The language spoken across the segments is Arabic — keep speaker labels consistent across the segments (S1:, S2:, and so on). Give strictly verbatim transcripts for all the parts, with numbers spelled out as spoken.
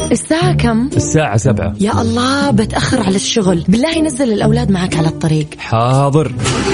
S1: الساعة كم؟
S2: الساعة سبعة.
S1: يا الله بتأخر على الشغل، بالله نزل الأولاد معك على الطريق.
S2: حاضر.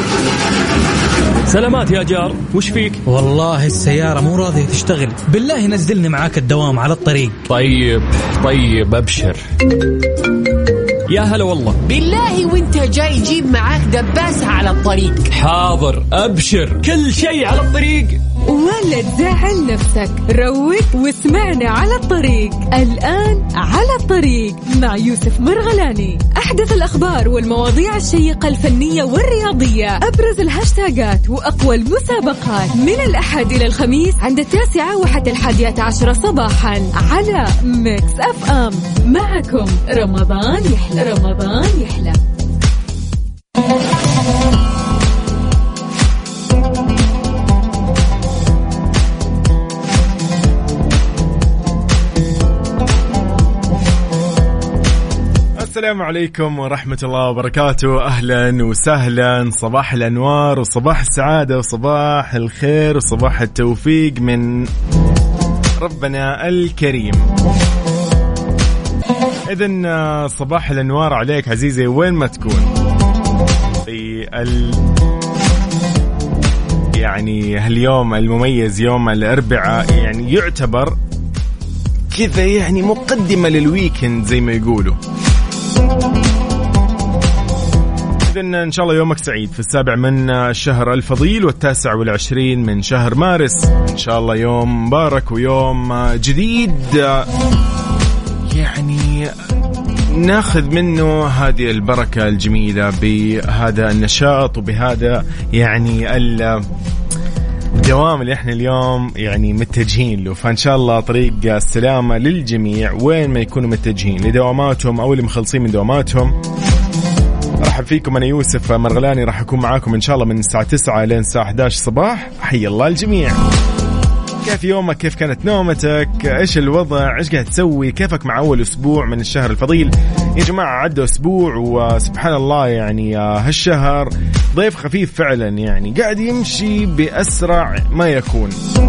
S2: سلامات يا جار، وش فيك؟
S3: والله السيارة مو راضية تشتغل، بالله نزلني معاك الدوام على الطريق.
S2: طيب طيب أبشر. يا هلا والله.
S4: بالله وانت جاي جيب معاك دباسة على الطريق.
S2: حاضر أبشر، كل شيء على الطريق.
S5: ولا تزعل نفسك، روق واسمعنا على الطريق. الآن على الطريق مع يوسف مرغلاني. أحدث الأخبار والمواضيع الشيقة الفنية والرياضية، أبرز الهاشتاجات وأقوى المسابقات، من الأحد إلى الخميس عند التاسعة وحتى الحادية عشرة صباحا على ميكس أف أم. معكم رمضان يحلى. رمضان يحلى.
S6: السلام عليكم ورحمة الله وبركاته. أهلا وسهلا، صباح الأنوار وصباح السعادة وصباح الخير وصباح التوفيق من ربنا الكريم. إذن صباح الأنوار عليك عزيزي وين ما تكون في ال... يعني هاليوم المميز، يوم الأربعاء، يعني يعتبر كذا يعني مقدمة للويكند زي ما يقولوا. إذن إن شاء الله يومك سعيد في السابع من الشهر الفضيل والتاسع والعشرين من شهر مارس. إن شاء الله يوم مبارك ويوم جديد يعني ناخذ منه هذه البركة الجميلة بهذا النشاط وبهذا يعني الدوام اللي احنا اليوم يعني متجهين له. فإن شاء الله طريق السلامة للجميع وين ما يكونوا متجهين لدواماتهم أو اللي مخلصين من دواماتهم. رحب فيكم، أنا يوسف مرغلاني، راح أكون معاكم إن شاء الله من الساعة تسعة لين الساعة إحدى عشر صباح. حي الله الجميع. كيف يومك؟ كيف كانت نومتك؟ إيش الوضع؟ إيش قاعد تسوي؟ كيفك مع أول أسبوع من الشهر الفضيل؟ يا جماعة عدوا أسبوع وسبحان الله يعني هالشهر ضيف خفيف فعلا، يعني قاعد يمشي بأسرع ما يكون.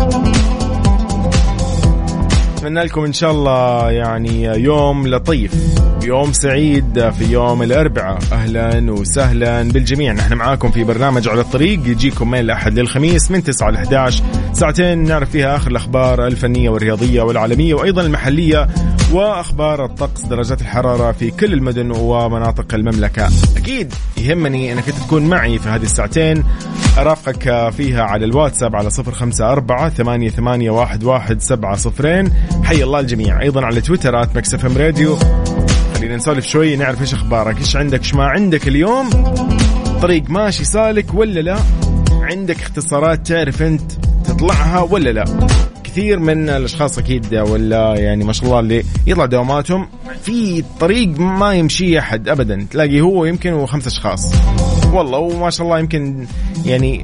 S6: أتمنى لكم إن شاء الله يعني يوم لطيف، يوم سعيد في يوم الأربعاء. أهلا وسهلا بالجميع. نحن معاكم في برنامج على الطريق يجيكم من الأحد للخميس من تسعة ل إحدى عشر، ساعتين نعرف فيها آخر الأخبار الفنية والرياضية والعالمية وأيضا المحلية وأخبار الطقس، درجات الحرارة في كل المدن ومناطق المملكة. أكيد يهمني أنك تكون معي في هذه الساعتين، أرافقك فيها على الواتساب على صفر خمسة أربعة ثمانية ثمانية واحد واحد سبعة صفرين. حي الله الجميع. أيضا على تويترات ميكس إف إم راديو. خلينا نسولف شوي، نعرف إيش أخبارك، إيش عندك، إيش ما عندك اليوم، طريق ماشي سالك ولا لا، عندك اختصارات تعرف أنت تطلعها ولا لا. كثير من الأشخاص أكيد ولا يعني ما شاء الله اللي يطلع دواماتهم في طريق ما يمشي أحد أبدا، تلاقي هو يمكن وخمس أشخاص والله، وما شاء الله يمكن يعني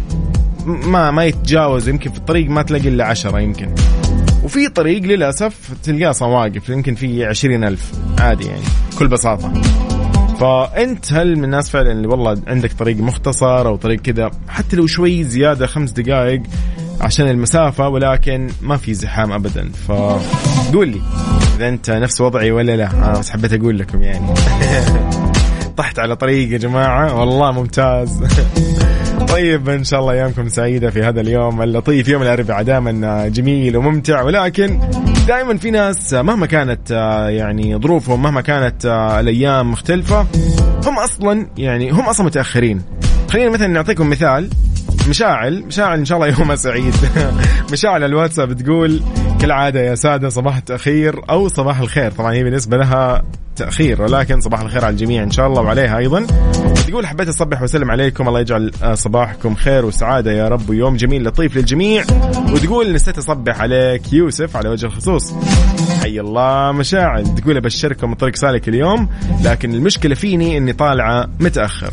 S6: ما ما يتجاوز، يمكن في الطريق ما تلاقي إلا عشرة يمكن، وفي طريق للأسف تلقاه صواقف يمكن في عشرين ألف عادي يعني بكل بساطة. فأنت هل من الناس فعلا اللي والله عندك طريق مختصر أو طريق كذا حتى لو شوي زيادة خمس دقائق عشان المسافة ولكن ما في زحام أبدا؟ فقول لي إذا أنت نفس وضعي ولا لا. أنا بس حبيت أقول لكم يعني طحت على طريق يا جماعة والله ممتاز. طيب إن شاء الله أيامكم سعيدة في هذا اليوم اللطيف. يوم الأربعاء دائما جميل وممتع، ولكن دائما في ناس مهما كانت يعني ظروفهم، مهما كانت الأيام مختلفة، هم أصلا يعني هم أصلا متأخرين. خلينا مثلا نعطيكم مثال. مشاعل مشاعل إن شاء الله يومها سعيد. مشاعل الواتساب تقول كالعادة يا سادة صباح التأخير أو صباح الخير، طبعا هي بالنسبة لها تأخير ولكن صباح الخير على الجميع إن شاء الله. وعليها أيضا تقول حبيت أصبح وسلم عليكم، الله يجعل صباحكم خير وسعادة يا رب ويوم جميل لطيف للجميع. وتقول نسيت أصبح عليك يوسف على وجه الخصوص. حي الله مشاعل. تقول أبشركم الطريق سالك اليوم لكن المشكلة فيني إني طالعة متأخر.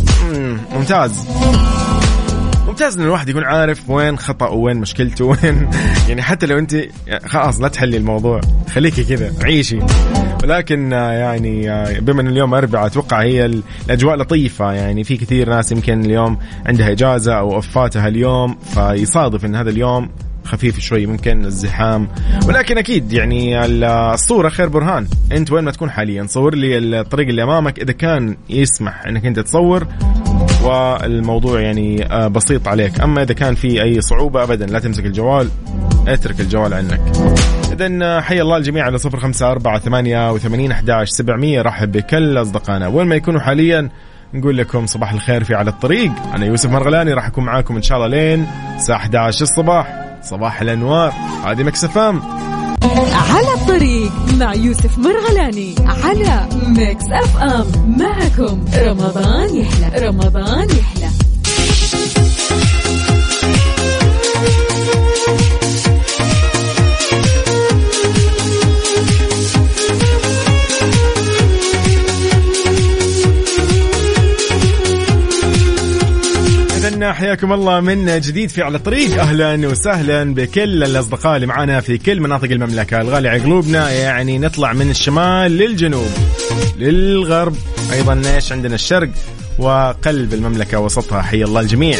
S6: ممتاز ممتاز ان الواحد يكون عارف وين خطأ وين مشكلته وين يعني حتى لو انت خلاص لا تحلي الموضوع، خليكي كذا عيشي. ولكن يعني بما ان اليوم أربعة اتوقع هي الاجواء لطيفة، يعني في كثير ناس يمكن اليوم عندها اجازة او وفاتها اليوم، فيصادف ان هذا اليوم خفيف شوي ممكن الزحام، ولكن أكيد يعني الصورة خير برهان. أنت وين ما تكون حاليا صور لي الطريق اللي أمامك إذا كان يسمح أنك أنت تصور، والموضوع يعني بسيط عليك. أما إذا كان في أي صعوبة أبدا لا تمسك الجوال، اترك الجوال عنك. إذن حي الله الجميع على صفر خمسة أربعة ثمانية وثمانين أحد عشر سبعمية. رحب بكل أصدقائنا وين ما يكونوا حاليا، نقول لكم صباح الخير في على الطريق. أنا يوسف مرغلاني راح أكون معاكم إن شاء الله لين الساعة أحد عشر الصباح. صباح الأنوار. هذه ميكس اف ام
S5: على الطريق مع يوسف مرغلاني على ميكس اف ام. معكم رمضان يحلى، رمضان يحلى.
S6: حياكم الله من جديد في على الطريق. أهلا وسهلا بكل الأصدقاء اللي معنا في كل مناطق المملكة. الغالي على قلوبنا يعني نطلع من الشمال للجنوب للغرب، أيضا إيش عندنا الشرق وقلب المملكة وسطها. حي الله الجميع.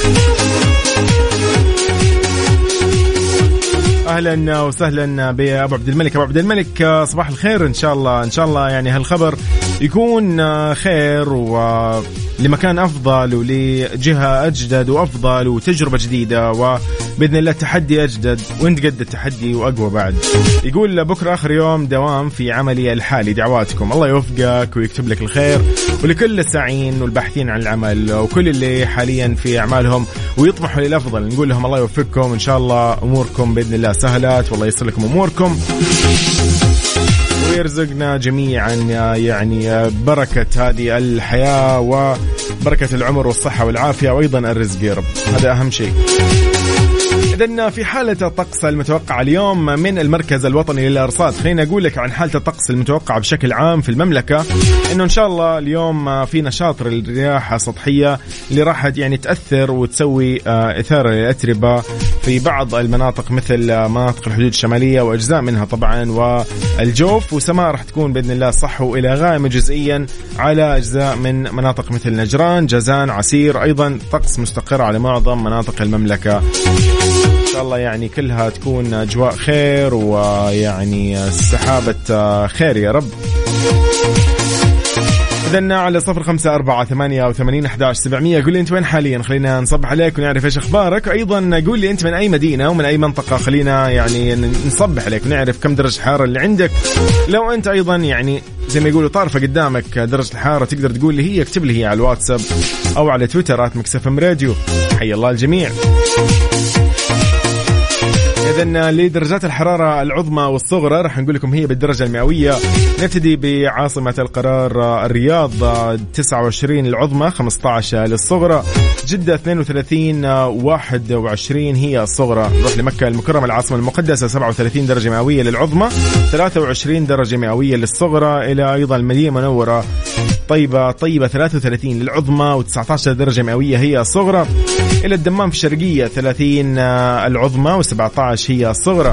S6: أهلا وسهلا بأبو عبد الملك. أبو عبد الملك صباح الخير. إن شاء الله إن شاء الله يعني هالخبر يكون خير ولمكان أفضل ولجهة أجدد وأفضل وتجربة جديدة، وبإذن الله تحدي أجدد وانت قد التحدي وأقوى بعد. يقول بكرة آخر يوم دوام في عملي الحالي، دعواتكم الله يوفقك ويكتب لك الخير، ولكل الساعين والباحثين عن العمل وكل اللي حاليا في أعمالهم ويطمحوا للأفضل نقول لهم الله يوفقكم. إن شاء الله أموركم بإذن الله سهلات والله ييسر لكم أموركم ويرزقنا جميعا يعني بركة هذه الحياة وبركة العمر والصحة والعافية وأيضا الرزق يا رب، هذا أهم شيء. إذن في حالة الطقس المتوقع اليوم من المركز الوطني للأرصاد، خلينا أقول لك عن حالة الطقس المتوقع بشكل عام في المملكة، إنه إن شاء الله اليوم في نشاط للرياح السطحية اللي راح يعني تأثر وتسوي إثارة للأتربة في بعض المناطق مثل مناطق الحدود الشمالية وأجزاء منها طبعا والجوف، وسماء راح تكون بإذن الله صحو إلى غائمة جزئيا على أجزاء من مناطق مثل نجران، جازان، عسير. أيضا طقس مستقر على معظم مناطق المملكة. إن شاء الله يعني كلها تكون أجواء خير ويعني سحابة خير يا رب. إذن على صفر خمسة أربعة ثمانية وثمانين أحد عشر سبعمية قول لي أنت وين حاليا، خلينا نصبح عليك ونعرف إيش أخبارك. أيضا قول لي أنت من أي مدينة ومن أي منطقة، خلينا يعني نصبح عليك ونعرف كم درجة الحرارة اللي عندك. لو أنت أيضا يعني زي ما يقولوا طارفة قدامك درجة الحرارة تقدر تقول لي هي، اكتب لي هي على الواتساب أو على تويترات ميكس اف ام راديو. حي الله الجميع. إذن لدرجات الحرارة العظمى والصغرى راح نقول لكم هي بالدرجة المئوية. نبتدي بعاصمة القرار الرياض تسعة وعشرين العظمى، خمسة عشر للصغرى. جدة اثنين وثلاثين واحد وعشرين هي الصغرى. نروح لمكة المكرمة العاصمة المقدسة سبعة وثلاثين درجة مئوية للعظمى، ثلاثة وعشرين درجة مئوية للصغرى. إلى أيضا المدينة المنورة طيبة طيبة ثلاثة وثلاثين للعظمى وتسعة عشر درجة مئوية هي الصغرى. إلى الدمام في الشرقية ثلاثين العظمى وسبعة عشر هي الصغرى.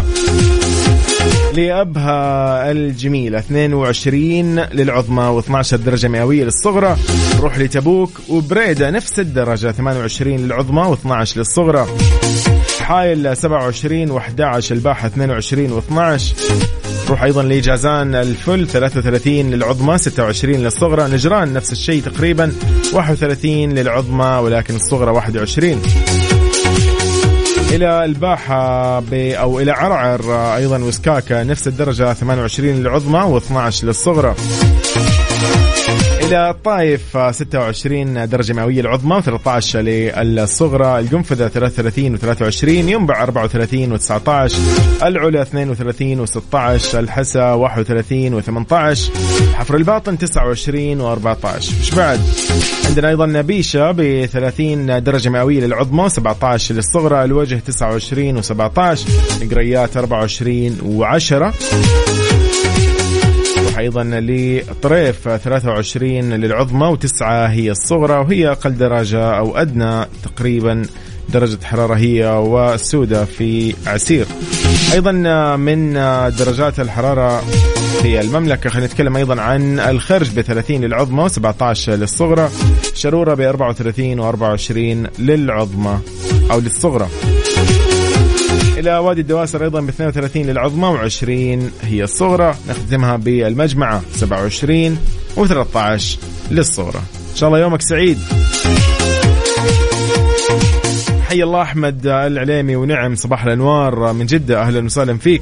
S6: لأبها الجميلة اثنين وعشرين للعظمى واثني عشر درجة مئوية للصغرى. نروح لتبوك وبريدة نفس الدرجة ثمانية وعشرين للعظمى واثني عشر للصغرى. حائل سبعة وعشرين وأحد عشر، الباحة اثنين وعشرين واثني عشر. نروح أيضا لجازان الفل ثلاثة وثلاثين للعظمى ستة وعشرين للصغرى. نجران نفس الشيء تقريبا واحد وثلاثين للعظمى ولكن الصغرى واحد وعشرين. إلى الباحة أو إلى عرعر أيضا وسكاكا نفس الدرجة ثمانية وعشرين للعظمى واثني عشر للصغرى. إلى الطائف ستة وعشرين درجة مئوية العظمى وثلاثة عشر للصغرى. القنفذة ثلاثة وثلاثين وثلاثة وعشرين. ينبع أربعة وثلاثين وتسعة عشر. العلا اثنين وثلاثين وستة عشر. الحسا واحد وثلاثين وثمانية عشر. حفر الباطن تسعة وعشرين وأربعة عشر. مش بعد عندنا أيضا نبيشة بثلاثين درجة مئوية للعظمى وسبعة عشر للصغرى. الوجه تسعة وعشرين وسبعة عشر. القريات أربعة وعشرين وعشرة. أيضا لطريف ثلاثة وعشرين للعظمى وتسعة هي الصغرى، وهي أقل درجة أو أدنى تقريبا درجة حرارة هي والسودة في عسير. أيضا من درجات الحرارة في المملكة خلينا نتكلم أيضا عن الخرج بثلاثين للعظمى وسبعة عشر للصغرى. شرورة بأربعة وثلاثين وأربعة وعشرين للعظمى أو للصغرى. إلى وادي الدواسر أيضا ب اثنين وثلاثين للعظمى وعشرين هي الصغرى. نختمها بالمجمعة سبعة وعشرين وثلاثة عشر للصغرى. إن شاء الله يومك سعيد. حي الله أحمد العليمي ونعم صباح الأنوار من جدة، أهلا وسهلا فيك.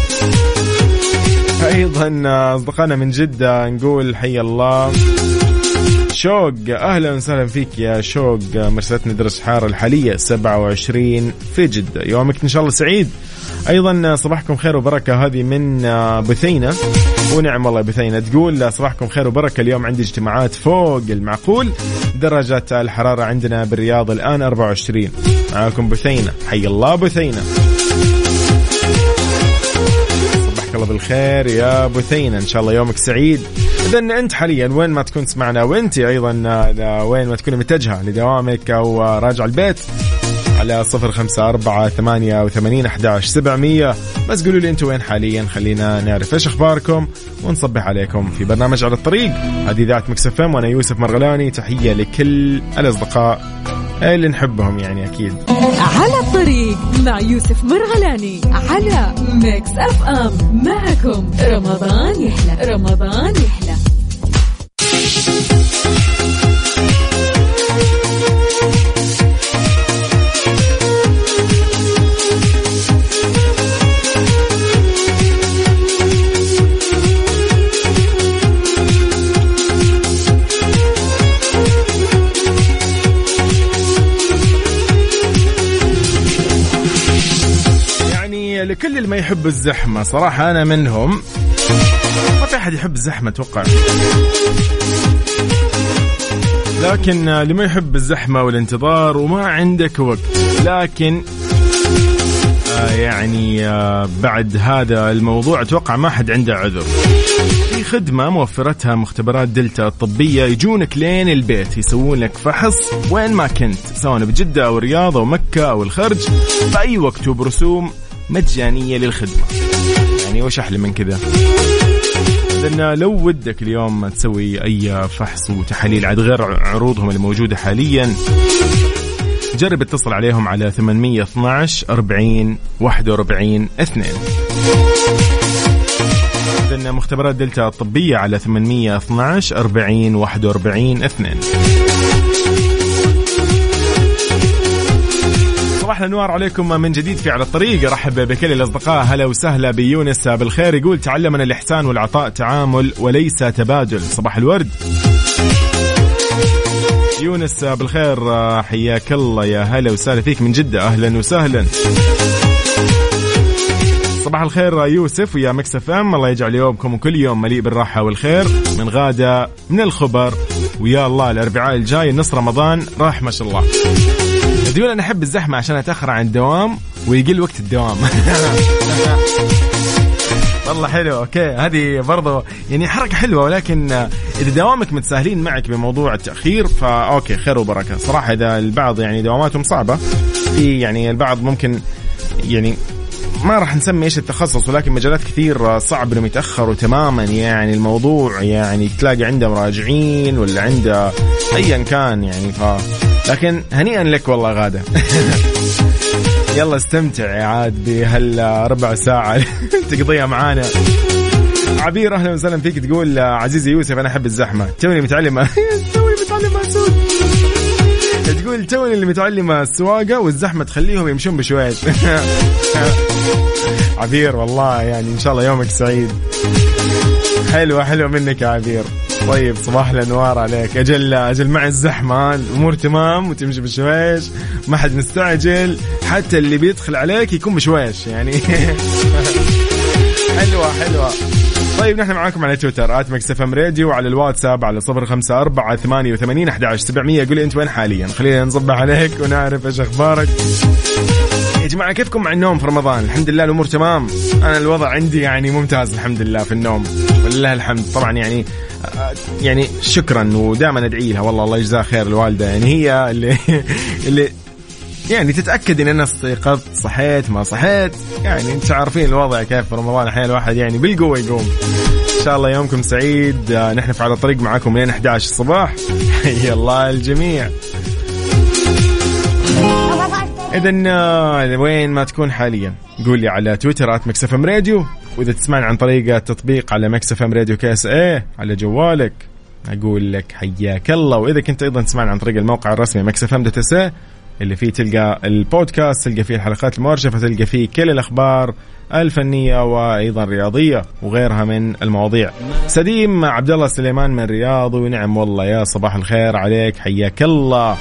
S6: أيضا أصدقائنا من جدة نقول حي الله. شوق أهلا وسهلا فيك يا شوق، مرسلتنا درجة الحرارة الحالية سبعة وعشرين في جدة، يومك إن شاء الله سعيد. أيضا صباحكم خير وبركة، هذه من بثينة ونعم والله بثينة، تقول صباحكم خير وبركة، اليوم عندي اجتماعات فوق المعقول، درجة الحرارة عندنا بالرياض الآن أربعة وعشرين. معاكم بثينة، حي الله بثينة، صباحك الله بالخير يا بثينة، إن شاء الله يومك سعيد. إذن أنت حاليا وين ما تكون تسمعنا، وأنت أيضا وين ما تكون متجهة لدوامك أو راجع البيت، على صفر خمسة أربعة ثمانية وثمانين أحد عشر سبعمية، بس قولوا لي أنتوا وين حاليا، خلينا نعرف إيش أخباركم ونصبح عليكم في برنامج على الطريق. هذه ذات مكس اف ام وأنا يوسف مرغلاني، تحية لكل الأصدقاء اللي نحبهم يعني أكيد.
S5: على الطريق مع يوسف مرغلاني على ميكس اف ام، معكم رمضان يحلى، رمضان يحلى.
S6: لكل اللي ما يحب الزحمة صراحة أنا منهم، ما في أحد يحب الزحمة أتوقع، لكن اللي ما يحب الزحمة والانتظار وما عندك وقت، لكن آه يعني آه بعد هذا الموضوع أتوقع ما حد عنده عذر. في خدمة موفرتها مختبرات دلتا الطبية، يجونك لين البيت يسوون لك فحص وين ما كنت، سواء بجدة أو الرياض أو مكة أو الخرج، في أي وقت وبرسوم مجانية للخدمة. يعني وش أحلى من كذا؟ لأن لو ودك اليوم تسوي أي فحص وتحاليل عاد غير عروضهم الموجودة حاليا، جرب اتصل عليهم على ثمانية اثناعش أربعين واحد وأربعين اثنين. لأن مختبرات دلتا الطبية على ثمانية اثناعش أربعين واحد وأربعين اثنين. صباح الأنوار عليكم من جديد في على الطريق. رحب بكل الأصدقاء، هلا وسهلا بيونس بالخير، يقول تعلمنا الإحسان والعطاء تعامل وليس تبادل. صباح الورد يونس بالخير، حياك الله، يا هلا وسهلا فيك من جدة، أهلا وسهلا. صباح الخير يوسف ويا مكس اف ام، الله يجعل يومكم وكل يوم مليء بالراحة والخير. من غادة من الخبر، ويا الله الأربعاء الجاي نص رمضان راح ما شاء الله. تقول أنا أحب الزحمة عشان أتأخر عن الدوام ويقل وقت الدوام. والله حلو، أوكي، هذه برضو يعني حركة حلوة، ولكن إذا دوامك متساهلين معك بموضوع التأخير فأوكي خير وبركة. صراحة إذا البعض يعني دواماتهم صعبة، في يعني البعض ممكن يعني ما راح نسمي إيش التخصص، ولكن مجالات كثير صعب إنهم يتأخروا تماما. يعني الموضوع يعني تلاقي عنده مراجعين ولا عنده أيا كان يعني ف لكن هنيئا لك والله غادة. يلا استمتع عاد بهالربع ساعة تقضيها معانا. عبير أهلا وسهلا فيك، تقول عزيزي يوسف أنا أحب الزحمة، توني متعلمة توني متعلمة سوق، تقول توني اللي متعلمة السواقة والزحمة تخليهم يمشون بشويش. عبير والله يعني إن شاء الله يومك سعيد. حلوة حلوة منك يا عبير. طيب صباح الأنوار عليك. أجل أجل مع الزحمة الأمور تمام وتمشي بشويش، ما حد مستعجل، حتى اللي بيدخل عليك يكون بشويش يعني. حلوة حلوة. طيب نحن معاكم على تويتر آت ميكس اف ام راديو، وعلى الواتساب على صفر خمسة أربعة ثمانية وثمانين أحد عشر سبعمية. قولي أنت وين حاليا، خلينا نصبح عليك ونعرف إيش أخبارك. يا جماعة كيفكم مع النوم في رمضان؟ الحمد لله الأمور تمام. أنا الوضع عندي يعني ممتاز الحمد لله في النوم ولله الحمد. طبعا يعني يعني شكرا ودائما أدعي لها والله الله يجزاها خير الوالدة، يعني هي اللي اللي يعني تتأكد إن أنا استيقظت صحيت ما صحيت. يعني أنت عارفين الوضع كيف في رمضان، أحيانا الواحد يعني بالقوة يقوم. إن شاء الله يومكم سعيد. نحن في على الطريق معاكم من أحد عشر الصباح. حي الله الجميع. إذن وين ما تكون حاليا قول لي على تويتر آت ميكس إف إم راديو، وإذا تسمعني عن طريق التطبيق على ميكس إف إم راديو كاس ايه على جوالك أقول لك حياك الله. وإذا كنت أيضا تسمعني عن طريق الموقع الرسمي ميكس إف إم دوت إس إيه اللي فيه تلقى البودكاست، تلقى فيه الحلقات المرشفة، تلقى فيه كل الأخبار الفنية وأيضا رياضية وغيرها من المواضيع. سديم عبد الله سليمان من الرياض، ونعم والله يا صباح الخير عليك حياك الله.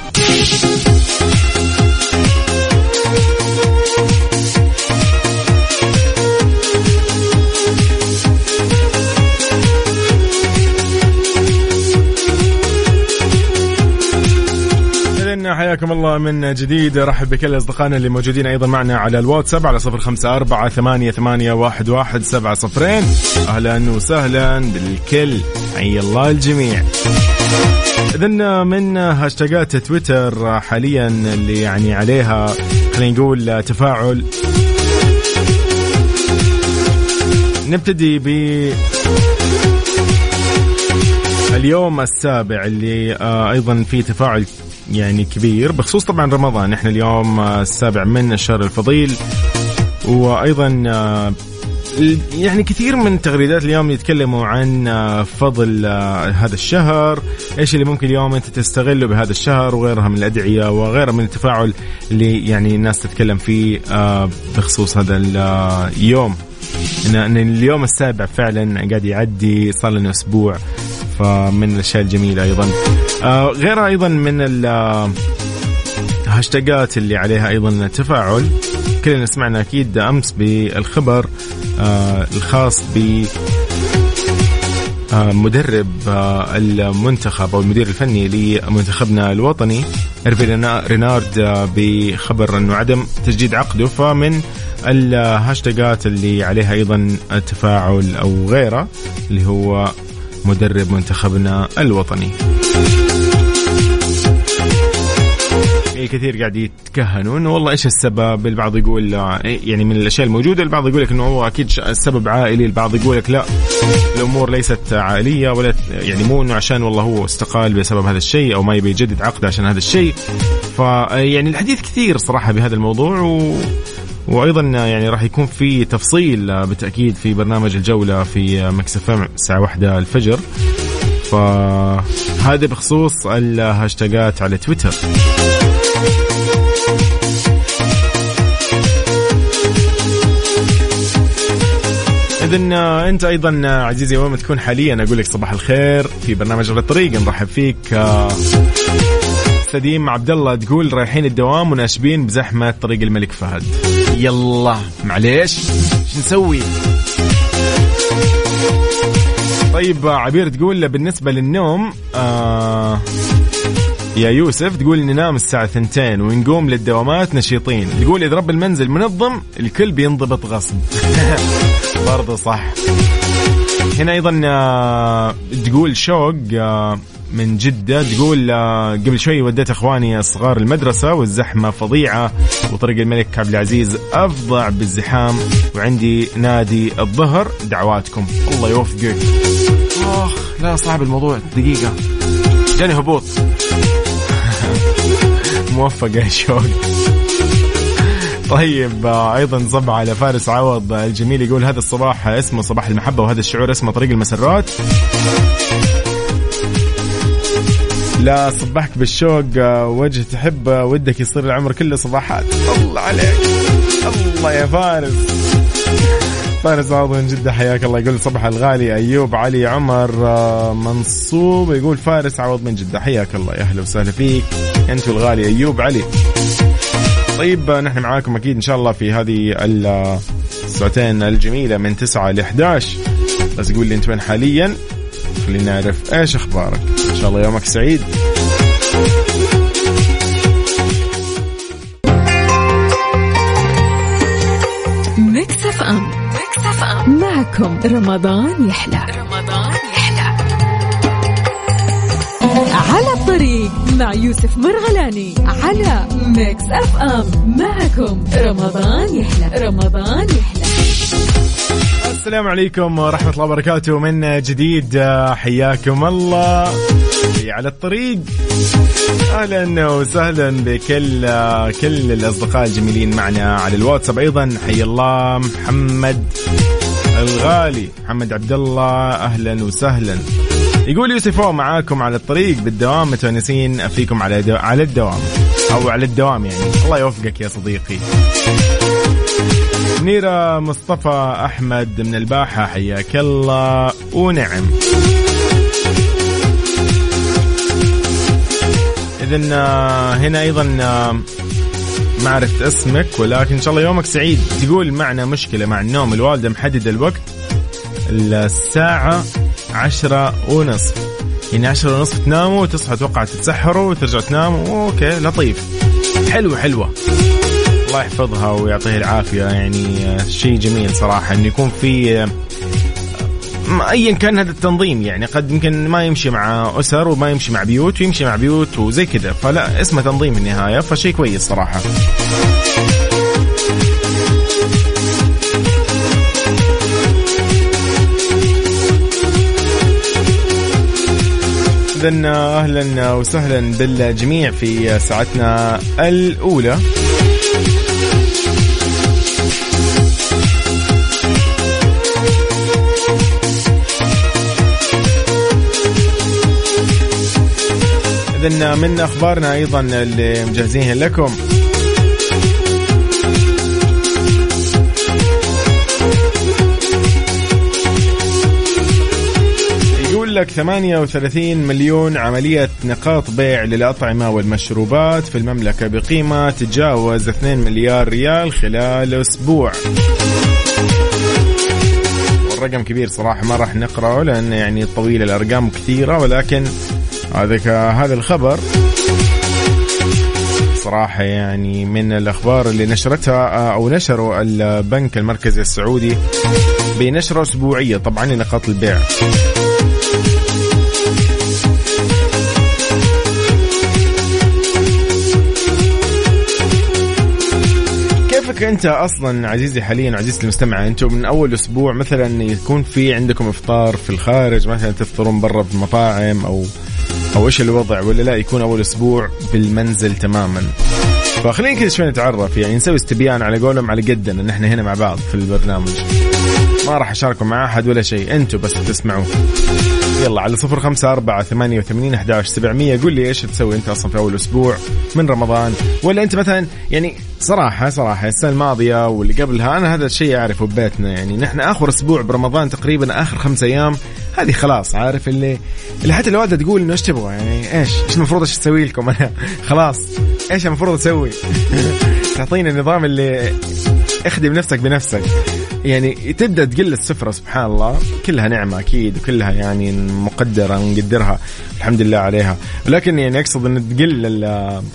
S6: حياكم الله من جديد. رحب بكل أصدقائنا اللي موجودين أيضا معنا على الواتساب على صفر خمسة أربعة ثمانية ثمانية واحد واحد سبعة صفرين. أهلا وسهلا بالكل، حي الله الجميع. إذن من هاشتاجات تويتر حاليا اللي يعني عليها خلينا نقول تفاعل، نبتدي ب اليوم السابع اللي أيضا في تفاعل يعني كبير بخصوص طبعا رمضان. احنا اليوم السابع من الشهر الفضيل، وايضا يعني كثير من التغريدات اليوم يتكلموا عن فضل هذا الشهر، ايش اللي ممكن اليوم انت تستغله بهذا الشهر، وغيرها من الادعية وغيرها من التفاعل اللي يعني الناس تتكلم فيه بخصوص هذا اليوم. ان اليوم السابع فعلا قاعد يعدي صار لنا اسبوع، فمن الاشياء الجميله ايضا. آه غيرها ايضا من الهاشتاجات اللي عليها ايضا تفاعل، كلنا سمعنا اكيد امس بالخبر آه الخاص ب مدرب المنتخب او المدير الفني لمنتخبنا الوطني إيرفي رينارد بخبر انه عدم تجديد عقده. فمن الهاشتاجات اللي عليها ايضا التفاعل او غيره اللي هو مدرب منتخبنا الوطني. كثير قاعد يتكهنوا انه والله ايش السبب، البعض يقول يعني من الاشياء الموجوده، البعض يقول لك انه هو اكيد السبب عائلي، البعض يقول لك لا الامور ليست عائليه، ولا يعني مو انه عشان والله هو استقال بسبب هذا الشيء او ما يبي يجدد عقده عشان هذا الشيء. فيعني الحديث كثير صراحه بهذا الموضوع، و وايضا يعني راح يكون في تفصيل بالتاكيد في برنامج الجوله في ميكس إف إم الساعه واحدة الفجر. فهذا بخصوص الهاشتاجات على تويتر. إذن أنت أيضا عزيزي وين تكون حاليا أقول لك صباح الخير في برنامج على الطريق. نرحب فيك سديم عبد الله، تقول رايحين الدوام وناشبين بزحمة طريق الملك فهد. يلا معليش شو نسوي؟ طيب عبير تقول بالنسبة للنوم آه يا يوسف، تقول ننام الساعة ثنتين ونقوم للدوامات نشيطين. تقول إذا رب المنزل منظم الكل بينضبط غصب. برضه صح. هنا أيضا آه تقول شوق آه من جدة، تقول آه قبل شوي وديت أخواني الصغار المدرسة والزحمة فظيعة، وطريق الملك عبد العزيز أفظع بالزحام، وعندي نادي الظهر، دعواتكم الله يوفقك. آخ لا صعب الموضوع، دقيقة جاني هبوط. موفق يا شوق. طيب أيضا صب على فارس عوض الجميل، يقول هذا الصباح اسمه صباح المحبة، وهذا الشعور اسمه طريق المسرات. لا صبحك بالشوق وجه تحب ودك يصير العمر كله صباحات. الله عليك، الله يا فارس. فارس عوض من جدة حياك الله، يقول صباح الغالي أيوب علي عمر منصوب، يقول فارس عوض من جدة حياك الله، يا أهلا وسهلا فيك أنتوا الغالي أيوب علي. طيب نحن معاكم أكيد إن شاء الله في هذه الساعتين الجميلة من تسعة لإحدى عشر. بس قول لي أنت وين حاليا، خلينا نعرف إيش أخبارك. إن شاء الله يومك سعيد.
S5: ميكس إف إم معكم رمضان يحلى. رمضان يحلى على الطريق مع يوسف مرغلاني على ميكس إف إم. معكم رمضان يحلى. رمضان يحلى.
S6: السلام عليكم ورحمة الله وبركاته من جديد. حياكم الله في على الطريق. أهلا وسهلا بكل كل الأصدقاء الجميلين معنا على الواتساب. أيضا حي الله محمد الغالي محمد عبد الله، أهلا وسهلا. يقول يوسف معاكم على الطريق بالدوام، متونسين فيكم على دو... على الدوام أو على الدوام يعني. الله يوفقك يا صديقي. منيرة مصطفى أحمد من الباحة، حياك الله ونعم. إذن هنا أيضا ما عرفت اسمك، ولكن إن شاء الله يومك سعيد. تقول معنا مشكلة مع النوم، الوالدة محددة الوقت الساعة عشرة ونصف، يعني عشرة ونصف تناموا وتصحوا توقع تتسحروا وترجعوا تناموا. أوكي لطيف، حلوة حلوة، الله يحفظها ويعطيه العافية. يعني شيء جميل صراحة أن يكون في أيا كان هذا التنظيم. يعني قد يمكن ما يمشي مع أسر وما يمشي مع بيوت ويمشي مع بيوت وزي كذا، فلا اسمه تنظيم في النهاية، فشيء كويس صراحة. إذن أهلا وسهلا بالجميع في ساعتنا الأولى. إذن من أخبارنا أيضا اللي مجهزينها لكم، يقول لك ثمانية وثلاثين مليون عملية نقاط بيع للأطعمة والمشروبات في المملكة بقيمة تتجاوز اثنين مليار ريال خلال أسبوع. والرقم كبير صراحة، ما راح نقرأه لأن يعني طويل الأرقام كثيرة، ولكن هذا هذا الخبر صراحة يعني من الأخبار اللي نشرتها أو نشروا البنك المركزي السعودي بنشرة أسبوعية طبعا لنقاط البيع. كيفك أنت أصلا عزيزي حاليا عزيزي المستمع، أنتم من أول أسبوع مثلا يكون في عندكم إفطار في الخارج، مثلا تفطرون برا في المطاعم أو أو إيش الوضع، ولا لا يكون أول أسبوع بالمنزل تماما؟ فخلينا كذا شوي نتعرف، يعني نسوي استبيان على قولهم على قدنا إن إحنا هنا مع بعض في البرنامج. ما راح أشارككم مع أحد ولا شيء، أنتوا بس تسمعوا. يلا على صفر خمسة أربعة ثمانية وثمانين أحد عشر سبعمية قول لي إيش تسوي أنت أصلا في أول أسبوع من رمضان، ولا أنت مثلا يعني صراحة صراحة السنة الماضية واللي قبلها أنا هذا الشيء أعرفه ببيتنا، يعني نحن آخر أسبوع برمضان تقريبا آخر خمس أيام هذه خلاص، عارف اللي اللي حتى الوالدة تقول إنه إيش تبغى، يعني إيش إيش المفروض إيش تسوي لكم أنا خلاص إيش المفروض أسوي تعطينا النظام اللي اخدم نفسك بنفسك، يعني تبدأ تقل السفرة. سبحان الله كلها نعمة أكيد وكلها يعني مقدرة نقدرها الحمد لله عليها، لكن يعني أقصد أن تقل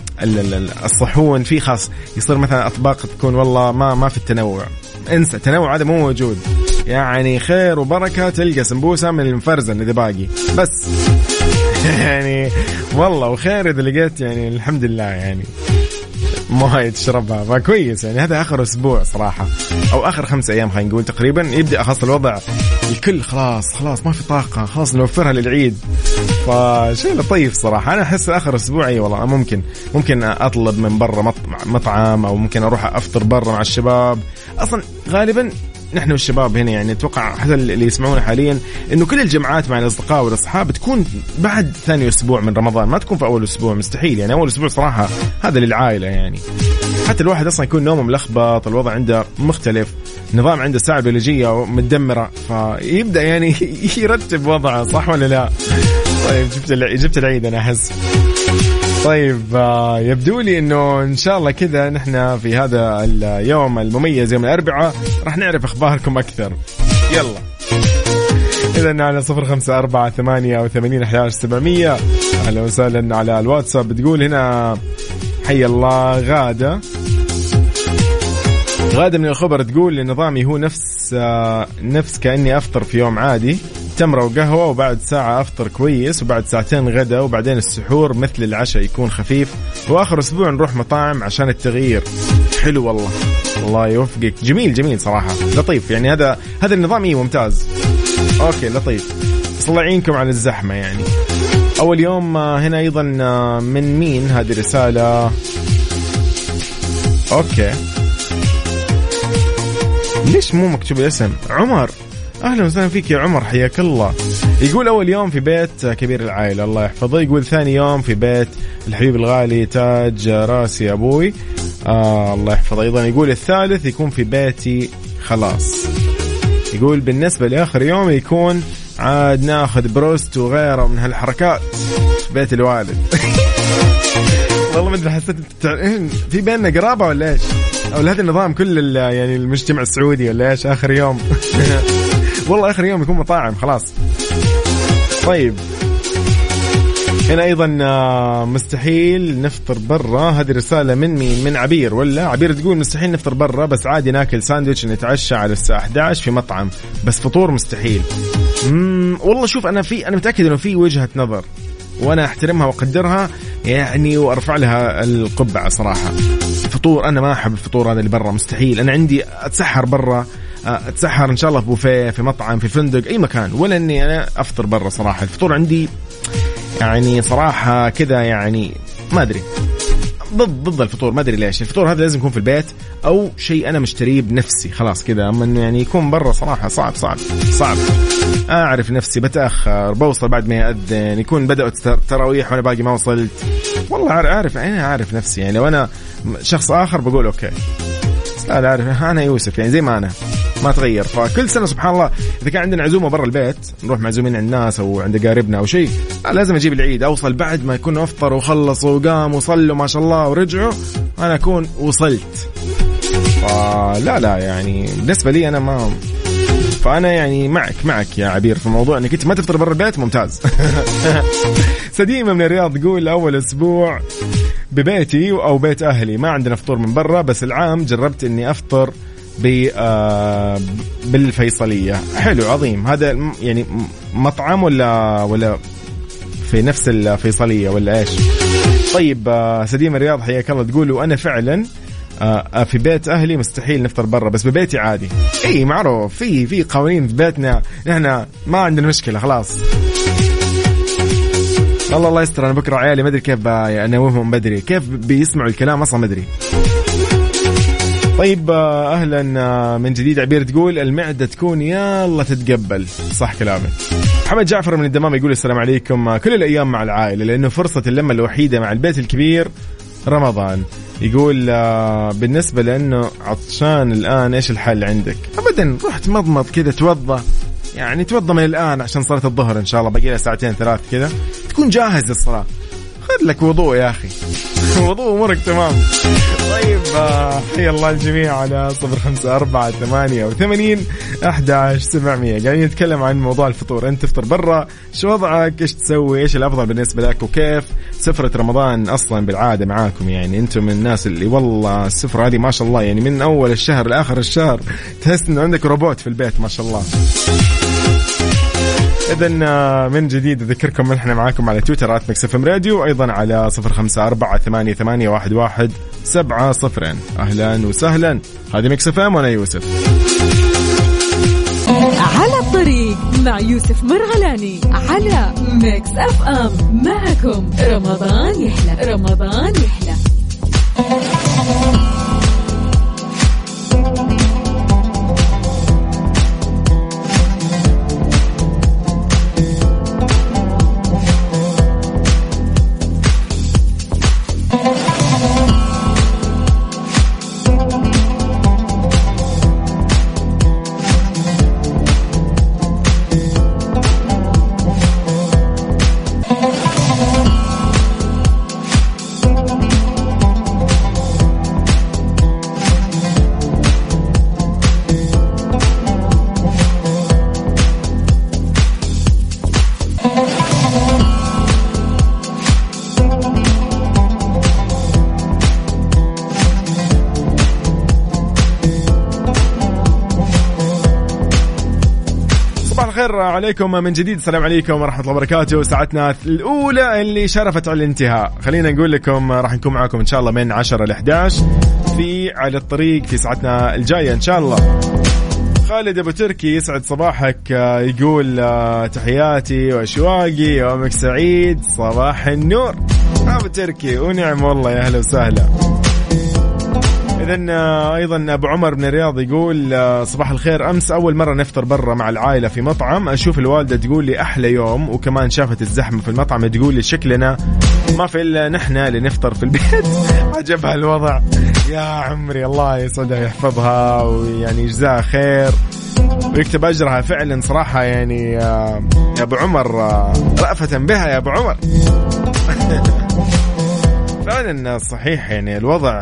S6: الصحون في خاص يصير مثلا أطباق تكون والله ما ما في التنوع، انسى التنوع هذا مو موجود، يعني خير وبركة تلقى سمبوسة من المفرزن إذا باقي بس يعني والله وخير إذا لقيت يعني الحمد لله يعني مويه تشربها، فكويس يعني. هذا آخر أسبوع صراحة أو آخر خمس أيام خلينا نقول تقريبا يبدأ خاص الوضع الكل خلاص خلاص ما في طاقة، خلاص نوفرها للعيد، فشيء لطيف صراحة. أنا أحس آخر أسبوع أي والله ممكن ممكن أطلب من برا مطعم أو ممكن أروح أفطر برا مع الشباب. أصلا غالبا نحن والشباب هنا يعني أتوقع حتى اللي يسمعونا حاليا إنه كل الجمعات مع الأصدقاء والأصحاب تكون بعد ثاني أسبوع من رمضان، ما تكون في أول أسبوع مستحيل، يعني أول أسبوع صراحة هذا للعائلة، يعني حتى الواحد أصلا يكون نومه ملخبط، الوضع عنده مختلف، نظام عنده الساعة البيولوجية متدمرة، فيبدأ يعني يرتب وضعه، صح ولا لا؟ طيب جبت جبت العيد أنا أحس. طيب يبدو لي إنه إن شاء الله كذا نحن في هذا اليوم المميز يوم الأربعاء راح نعرف أخباركم أكثر. يلا إذن على صفر خمسة أربعة ثمانية وثمانين أحد عشر سبعمية أهلا وسهلا على الواتساب. بتقول هنا حي الله غادة غادة من الخبر، تقول نظامي هو نفس نفس كأني أفطر في يوم عادي، تمرة وقهوة وبعد ساعة أفطر كويس وبعد ساعتين غدا وبعدين السحور مثل العشاء يكون خفيف، وآخر أسبوع نروح مطاعم عشان التغيير. حلو والله، الله يوفقك. جميل جميل صراحة، لطيف يعني. هذا هذا النظام إيه ممتاز. أوكي لطيف. بس الله يعينكم على الزحمة يعني. أول يوم هنا أيضا من مين هذه الرسالة؟ أوكي ليش مو مكتوب الاسم؟ عمر، أهلا وسهلا فيك يا عمر، حياك الله. يقول أول يوم في بيت كبير العائلة الله يحفظه. يقول ثاني يوم في بيت الحبيب الغالي تاج راسي أبوي آه الله يحفظه أيضا. يقول الثالث يكون في بيتي خلاص. يقول بالنسبة لآخر يوم يكون عاد ناخذ بروست وغيره من هالحركات في بيت الوالد. والله ما ادري، حسيت في بيننا قرابة ولا ايش، او هذا النظام كل يعني المجتمع السعودي ولا ايش اخر يوم. والله اخر يوم يكون مطاعم خلاص. طيب هنا ايضا مستحيل نفطر برا. هذه رسالة من مين؟ من عبير. ولا عبير تقول مستحيل نفطر برا، بس عادي ناكل ساندويتش نتعشى على الساعة أحد عشر في مطعم، بس فطور مستحيل. امم والله شوف، انا في انا متأكد انه في وجهة نظر وانا احترمها واقدرها يعني، وارفع لها القبعة صراحة. فطور انا ما احب الفطور هذا اللي برا، مستحيل. انا عندي اتسحر برا، اتسحر ان شاء الله في بوفيه، في مطعم، في فندق، اي مكان، ولا اني انا افطر برا صراحة. الفطور عندي يعني صراحة كذا يعني ما ادري، ضد ضد الفطور، ما ادري ليش. الفطور هذا لازم يكون في البيت او شيء انا مشتريه بنفسي خلاص كذا. اما انه يعني يكون برا صراحة صعب صعب صعب. اعرف نفسي بتاخر، بوصل بعد ما يأذن، يكون بدأت تراويح وانا باقي ما وصلت. والله عارف انا عارف نفسي يعني. لو انا شخص اخر بقول اوكي، بس لا لا عارف انا يوسف يعني زي ما انا ما تغير. فكل سنة سبحان الله إذا كان عندنا عزومة برا البيت، نروح معزومين عند الناس أو عند قاربنا أو شيء، لازم أجيب العيد. أوصل بعد ما يكون أفطر وخلصوا وقام وصلوا ما شاء الله ورجعوا، أنا أكون وصلت. فلا لا يعني بالنسبة لي أنا ما، فأنا يعني معك معك يا عبير في الموضوع أنك أنت ما تفطر برا البيت، ممتاز. سديمة من الرياض تقول أول أسبوع ببيتي أو بيت أهلي ما عندنا فطور من برا، بس العام جربت إني أفطر بالفيصلية. حلو عظيم. هذا يعني مطعم ولا ولا في نفس الفيصلية ولا إيش؟ طيب سديم الرياض حياك الله تقول وأنا فعلا في بيت أهلي مستحيل نفطر برا، بس ببيتي عادي. إيه معروف، في في قوانين في بيتنا نحن ما عندنا مشكلة خلاص. الله الله يستر. أنا بكرة عيالي ما أدري كيف أنومهم بدري، كيف بيسمعوا الكلام أصلا ما أدري. طيب أهلا من جديد. عبير تقول المعدة تكون يلا تتقبل، صح كلامك. محمد جعفر من الدمام يقول السلام عليكم، كل الأيام مع العائلة لأنه فرصة اللمة الوحيدة مع البيت الكبير رمضان. يقول بالنسبة لأنه عطشان الآن إيش الحل عندك؟ أبدا رحت مضمض كذا توضى، يعني توضى من الآن عشان صلاة الظهر إن شاء الله باقي لها ساعتين ثلاث كذا تكون جاهز للصلاة. خذ لك وضوء يا أخي، وضوء أمورك تمام. طيب حيا الله الجميع على صفر خمسة أربعة ثمانية وثمانين أحد عشر سبعمية. قاعدين نتكلم عن موضوع الفطور. أنت تفطر برا، شو وضعك؟ إيش تسوي؟ إيش الأفضل بالنسبة لك؟ وكيف سفرة رمضان أصلا بالعادة معاكم؟ يعني أنتم من الناس اللي والله السفرة هذه ما شاء الله يعني من أول الشهر لآخر الشهر تحس إنه عندك روبوت في البيت ما شاء الله. إذن من جديد أذكركم من إحنا معاكم على تويتر آت ميكس إف إم راديو، أيضا على صفر خمسة أربعة ثمانية ثمانية واحد واحد سبعة صفرين. أهلا وسهلا، هذه ميكس إف إم وأنا يوسف.
S5: على الطريق مع يوسف مرغلاني على ميكس إف إم. معكم رمضان يحلى، رمضان يحلى.
S6: عليكم من جديد، السلام عليكم ورحمة الله وبركاته. ساعتنا الأولى اللي شرفت على الانتهاء، خلينا نقول لكم راح نكون معاكم إن شاء الله من عشرة إلى إحدى عشر في على الطريق في ساعتنا الجاية إن شاء الله. خالد أبو تركي يسعد صباحك، يقول تحياتي وأشواقي يومك سعيد صباح النور أبو تركي ونعم والله يا أهلا وسهلا. إذن أيضا أبو عمر من الرياض يقول صباح الخير، أمس أول مرة نفطر برا مع العائلة في مطعم، أشوف الوالدة تقول لي أحلى يوم، وكمان شافت الزحمة في المطعم تقول لي شكلنا ما في إلا نحن اللي نفطر في البيت. عجبها الوضع يا عمري، الله يسعدها يحفظها ويعني يجزاها خير ويكتب أجرها فعلا صراحة. يعني يا أبو عمر رأفة بها يا أبو عمر. فعلا صحيح يعني الوضع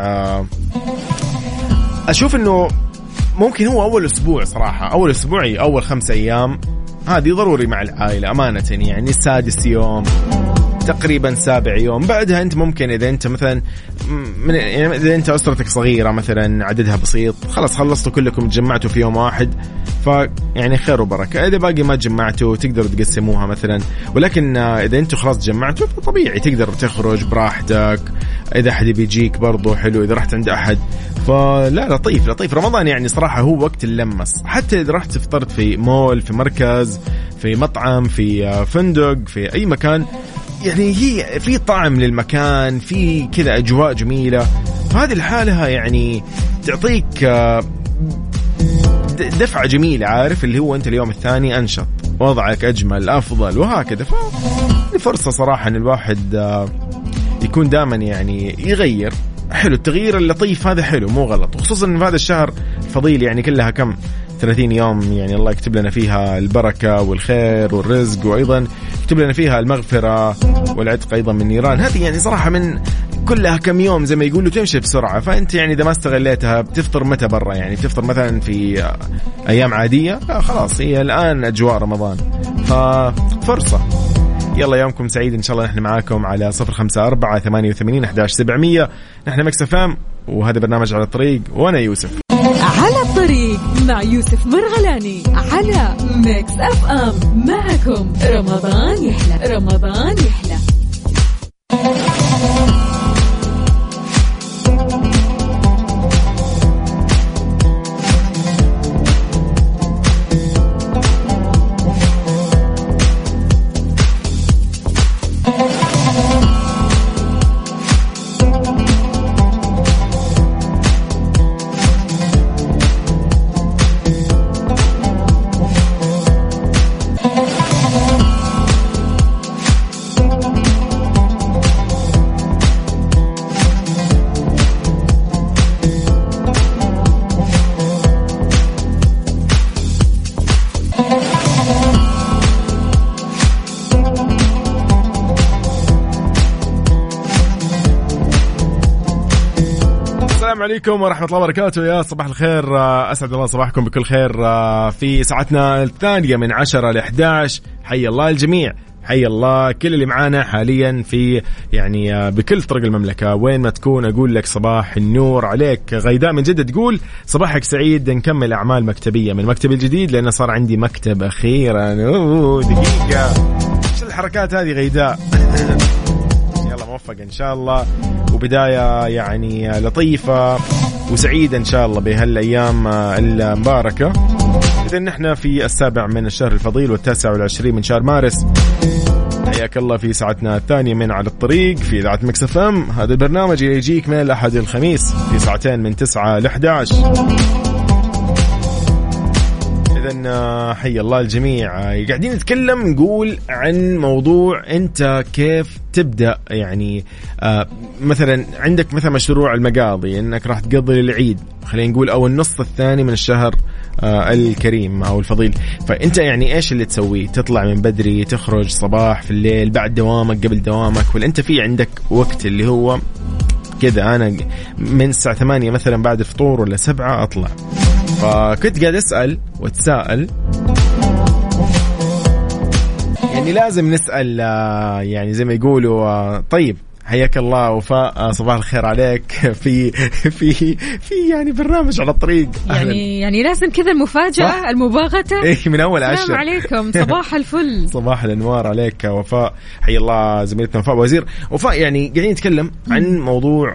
S6: أشوف أنه ممكن هو أول أسبوع صراحة، أول أسبوعي أول خمسة أيام هذه ضروري مع العائلة أمانة، يعني السادس يوم تقريبا سابع يوم بعدها أنت ممكن إذا أنت مثلا من يعني إذا أنت أسرتك صغيرة مثلا عددها بسيط خلاص خلصتوا كلكم تجمعتوا في يوم واحد فيعني خير وبركة. إذا باقي ما جمعتوا تقدروا تقسموها مثلا، ولكن إذا أنتوا خلاص جمعتوا فطبيعي تقدر تخرج براحتك، إذا أحد بيجيك برضو حلو، إذا رحت عند أحد فلا لطيف لطيف. رمضان يعني صراحة هو وقت اللمس، حتى إذا رحت فطرت في مول في مركز في مطعم في فندق في أي مكان يعني هي في طعم للمكان، في كذا أجواء جميلة، فهذه الحالة يعني تعطيك دفعة جميلة، عارف اللي هو أنت اليوم الثاني أنشط وضعك أجمل أفضل وهكذا. فالفرصة صراحة أن الواحد يكون دائما يعني يغير، حلو التغيير اللطيف هذا حلو مو غلط، وخصوصا في هذا الشهر الفضيل يعني كلها كم ثلاثين يوم يعني الله يكتب لنا فيها البركة والخير والرزق، وأيضا يكتب لنا فيها المغفرة والعتق أيضا من النيران. هذه يعني صراحة من كلها كم يوم زي ما يقولوا تمشي بسرعة، فأنت يعني إذا ما استغليتها بتفطر متى برا، يعني بتفطر مثلا في أيام عادية، لا خلاص هي الآن أجواء رمضان ففرصة. يلا يومكم سعيد إن شاء الله. نحن معاكم على صفر خمسة أربعة ثمانية وثمانين أحد عشر سبعمية. نحن مكس اف ام وهذا برنامج على الطريق وأنا يوسف
S5: على الطريق مع يوسف مرغلاني على مكس اف ام. معكم رمضان يحلى رمضان يحلى.
S6: السلام عليكم ورحمة الله وبركاته، يا صباح الخير، أسعد الله صباحكم بكل خير في ساعتنا الثانية من عشرة لأحد عشر. حي الله الجميع، حي الله كل اللي معانا حاليا في يعني بكل طرق المملكة وين ما تكون. أقول لك صباح النور عليك. غيداء من جدة تقول صباحك سعيد، نكمل أعمال مكتبية من مكتبي الجديد لأنه صار عندي مكتب أخيرا. أوه دقيقة، شو الحركات هذه غيداء؟ يلا موفق إن شاء الله، وبداية يعني لطيفة وسعيدة إن شاء الله بهالأيام المباركة. إذن نحن في السابع من الشهر الفضيل والتاسع والعشرين من شهر مارس. حياك الله في ساعتنا الثانية من على الطريق في إذاعة مكس اف ام. هذا البرنامج يجيك من الأحد الخميس في ساعتين من تسعة لأحد عشر. إذن حي الله الجميع. قاعدين نتكلم نقول عن موضوع أنت كيف تبدأ يعني آه مثلا عندك مثلا مشروع المقاضي إنك راح تقضي العيد خلينا نقول أو النص الثاني من الشهر آه الكريم أو الفضيل، فأنت يعني إيش اللي تسويه؟ تطلع من بدري، تخرج صباح في الليل، بعد دوامك قبل دوامك، ولا أنت في عندك وقت اللي هو كذا أنا من الساعة ثمانية مثلا بعد الفطور ولا سبعة أطلع؟ فكنت قاعد أسأل وتساءل يعني لازم نسأل يعني زي ما يقولوا طيب حياك الله وفاء، صباح الخير عليك في في في يعني برنامج على الطريق.
S5: يعني يعني لازم كذا المفاجأة المباغتة.
S6: إيه من أول عشر.
S5: السلام عليكم، صباح الفل.
S6: صباح الأنوار عليك وفاء، حي الله زميلتنا وفاء وزير. وفاء يعني قاعدين نتكلم عن موضوع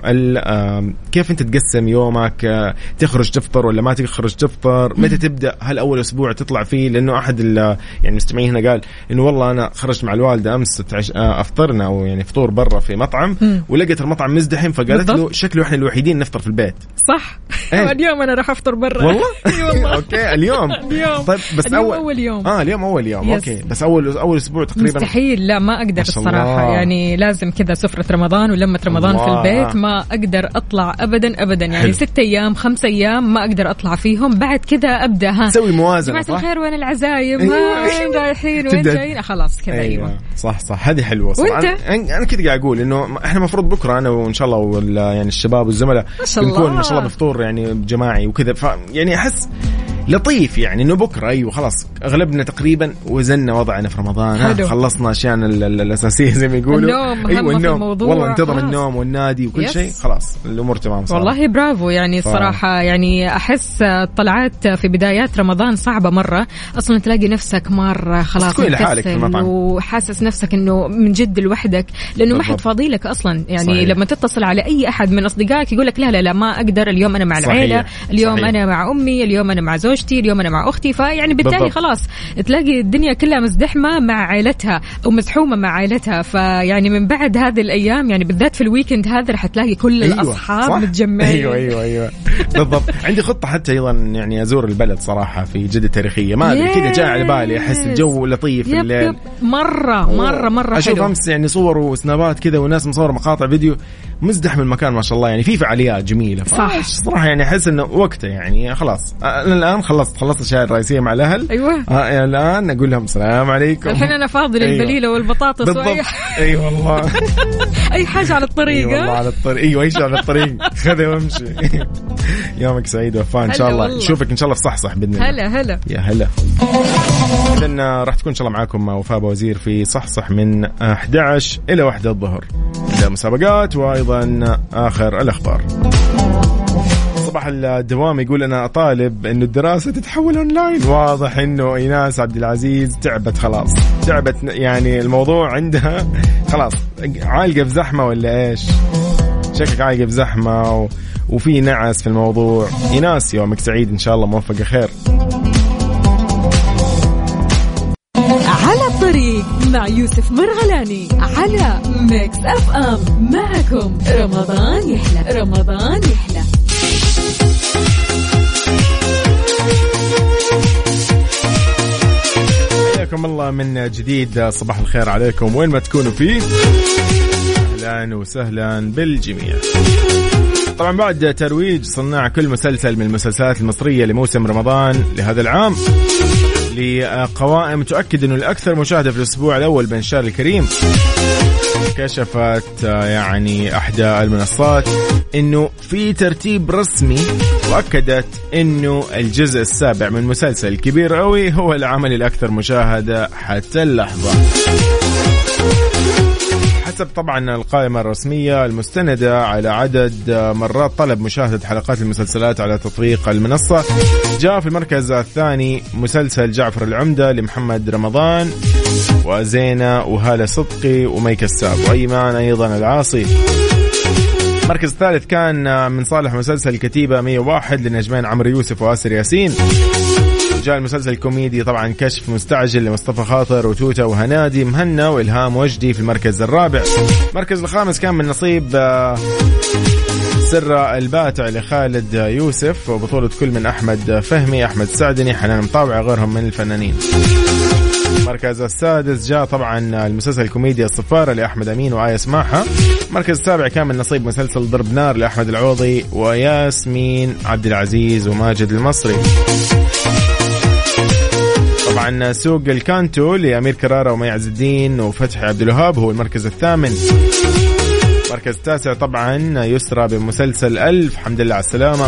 S6: كيف أنت تقسم يومك، تخرج تفطر ولا ما تخرج تفطر، متى تبدأ، هل أول أسبوع تطلع فيه؟ لأنه أحد يعني المستمعين هنا قال إنه والله أنا خرجت مع الوالدة أمس أفطرنا أو يعني فطور برا في مطعم ولقيت المطعم مزدحم، فقالت له شكله إحنا الوحيدين نفطر في البيت.
S5: صح. ايه؟ اليوم أنا راح أفطر برا
S6: والله. والله. أوكي اليوم.
S5: اليوم.
S6: طيب بس
S5: اليوم
S6: أول
S5: أول يوم.
S6: آه اليوم أول يوم.
S5: يس.
S6: أوكي بس أول أول أسبوع تقريبا.
S5: مستحيل، لا ما أقدر الصراحة.
S6: الله.
S5: يعني لازم كذا سفرة رمضان ولمة رمضان
S6: الله.
S5: في البيت، ما أقدر أطلع أبدا أبدا. يعني
S6: حلو.
S5: ستة أيام خمسة أيام ما أقدر أطلع فيهم، بعد كذا أبدأ ها
S6: سوي موازنة.
S5: جماعة الخير وين العزايم؟
S6: أيوة.
S5: وين رايحين وين جايين؟ خلاص كذا.
S6: أيوة.
S5: أيوة
S6: صح صح هذه حلوة صراحة.
S5: وأنت؟
S6: أنا, أنا كذا قاعد أقول إنه إحنا مفروض بكرة أنا وإن شاء الله ولا يعني الشباب والزملاء بنكون ما شاء الله بفطور يعني جماعي وكذا، ف يعني أحس لطيف يعني إنه بكرة أيوة خلاص أغلبنا تقريبا وزننا وضعنا في رمضان، خلصنا أشياء الأساسية زي ما يقولوا.
S5: النوم
S6: أيوة
S5: أهم
S6: النوم.
S5: في الموضوع.
S6: والله انتظم النوم والنادي وكل شيء خلاص الأمور تمام صراحة.
S5: والله برافو يعني
S6: ف...
S5: الصراحة يعني أحس الطلعات في بدايات رمضان صعبة مرة، أصلا تلاقي نفسك مرة خلاص مكسل وحاسس نفسك إنه من جد لوحدك، لأنه ما حد فاضي لك أصلا. يعني صحيح. لما تتصل على أي أحد من أصدقائك يقول لك لا لا لا ما أقدر اليوم، أنا مع العيلة صحيح. اليوم صحيح. أنا مع أمي، اليوم أنا مع زوجتي، اليوم أنا مع أختي. فيعني بالتالي بالضبط. خلاص تلاقي الدنيا كلها مزدحمة مع عائلتها أو مزحومة مع عائلتها. فيعني من بعد هذه الأيام يعني بالذات في الويكند هذا رح تلاقي كل أيوة. الأصحاب متجمعين.
S6: أيوة أيوة أيوة بالضبط. عندي خطة حتى أيضا يعني أزور البلد صراحة في جدة التاريخية، ما أدري كذا جاء على بالي، أحس الجو لطيف
S5: يب
S6: الليل.
S5: يب مرة مرة مرة
S6: أشوف
S5: حلو.
S6: أمس يعني صور وسنابات كذا وناس مصور مقاطع فيديو، مزدحم المكان ما شاء الله، يعني في فعاليات جميلة.
S5: صح
S6: صراحة يعني أحس إنه وقته يعني خلاص. أنا الآن خلصت خلصت الأشياء الرئيسية مع الأهل.
S5: أيوة.
S6: آه الآن أقول لهم السلام عليكم.
S5: الحين أنا فاضي للبليلة أيوة. والبطاطس وأي
S6: أي أيوة والله
S5: أي حاجة على الطريق.
S6: أيوة والله على الطريق. أيوة أي شيء على الطريق خذه وامشي. يومك سعيد وفاء إن شاء الله، نشوفك إن شاء الله في صحصح بإذن الله.
S5: هلا هلا
S6: يا هلا. إذن راح تكون إن شاء الله معاكم وفاء وزير في صحصح من أحد عشر إلى واحدة الظهر، المسابقات وأيضا آخر الأخبار. صباح الدوام يقول أنا أطالب إنه الدراسة تتحول أونلاين. واضح إنه إيناس عبد العزيز تعبت خلاص، تعبت يعني الموضوع عندها خلاص، عالقة في زحمة ولا إيش؟ شكلك عالقة في زحمة و... وفي نعس في الموضوع. إيناس يومك سعيد إن شاء الله، موفقة خير.
S5: على الطريق مع يوسف مرغلاني على ميكس أف أم. معكم رمضان يحلى، رمضان يحلى.
S6: حياكم الله من جديد، صباح الخير عليكم وين ما تكونوا فيه، أهلا وسهلا بالجميع. طبعا بعد ترويج صناع كل مسلسل من المسلسلات المصرية لموسم رمضان لهذا العام لقوائم تؤكد أنه الأكثر مشاهدة في الأسبوع الأول من الشهر الكريم، كشفت يعني أحدى المنصات أنه في ترتيب رسمي، وأكدت أنه الجزء السابع من مسلسل كبير قوي هو العمل الأكثر مشاهدة حتى اللحظة، حسب طبعا القائمة الرسمية المستندة على عدد مرات طلب مشاهدة حلقات المسلسلات على تطبيق المنصة. جاء في المركز الثاني مسلسل جعفر العمدة لمحمد رمضان وزينة وهالة صدقي ومي كساب وأيمان أيضا العاصي. المركز الثالث كان من صالح مسلسل كتيبة مية وواحد لنجمين عمرو يوسف وآسر ياسين. جاء المسلسل الكوميدي طبعا كشف مستعجل لمصطفى خاطر وتوتة وهنادي مهنا وإلهام وجدي في المركز الرابع. المركز الخامس كان من نصيب سر الباتع لخالد يوسف وبطولة كل من أحمد فهمي، أحمد سعدني، حنان مطاوع غيرهم من الفنانين. المركز السادس جاء طبعا المسلسل الكوميدي الصفارة لأحمد أمين وآية سماحة. المركز السابع كان من نصيب مسلسل ضرب نار لأحمد العوضي وياسمين عبد العزيز وماجد المصري. طبعا سوق الكانتو لأمير كرارة ومي عز الدين وفتحي عبد الوهاب هو المركز الثامن. المركز التاسع طبعا يسرى بمسلسل ألف حمد لله على السلامة.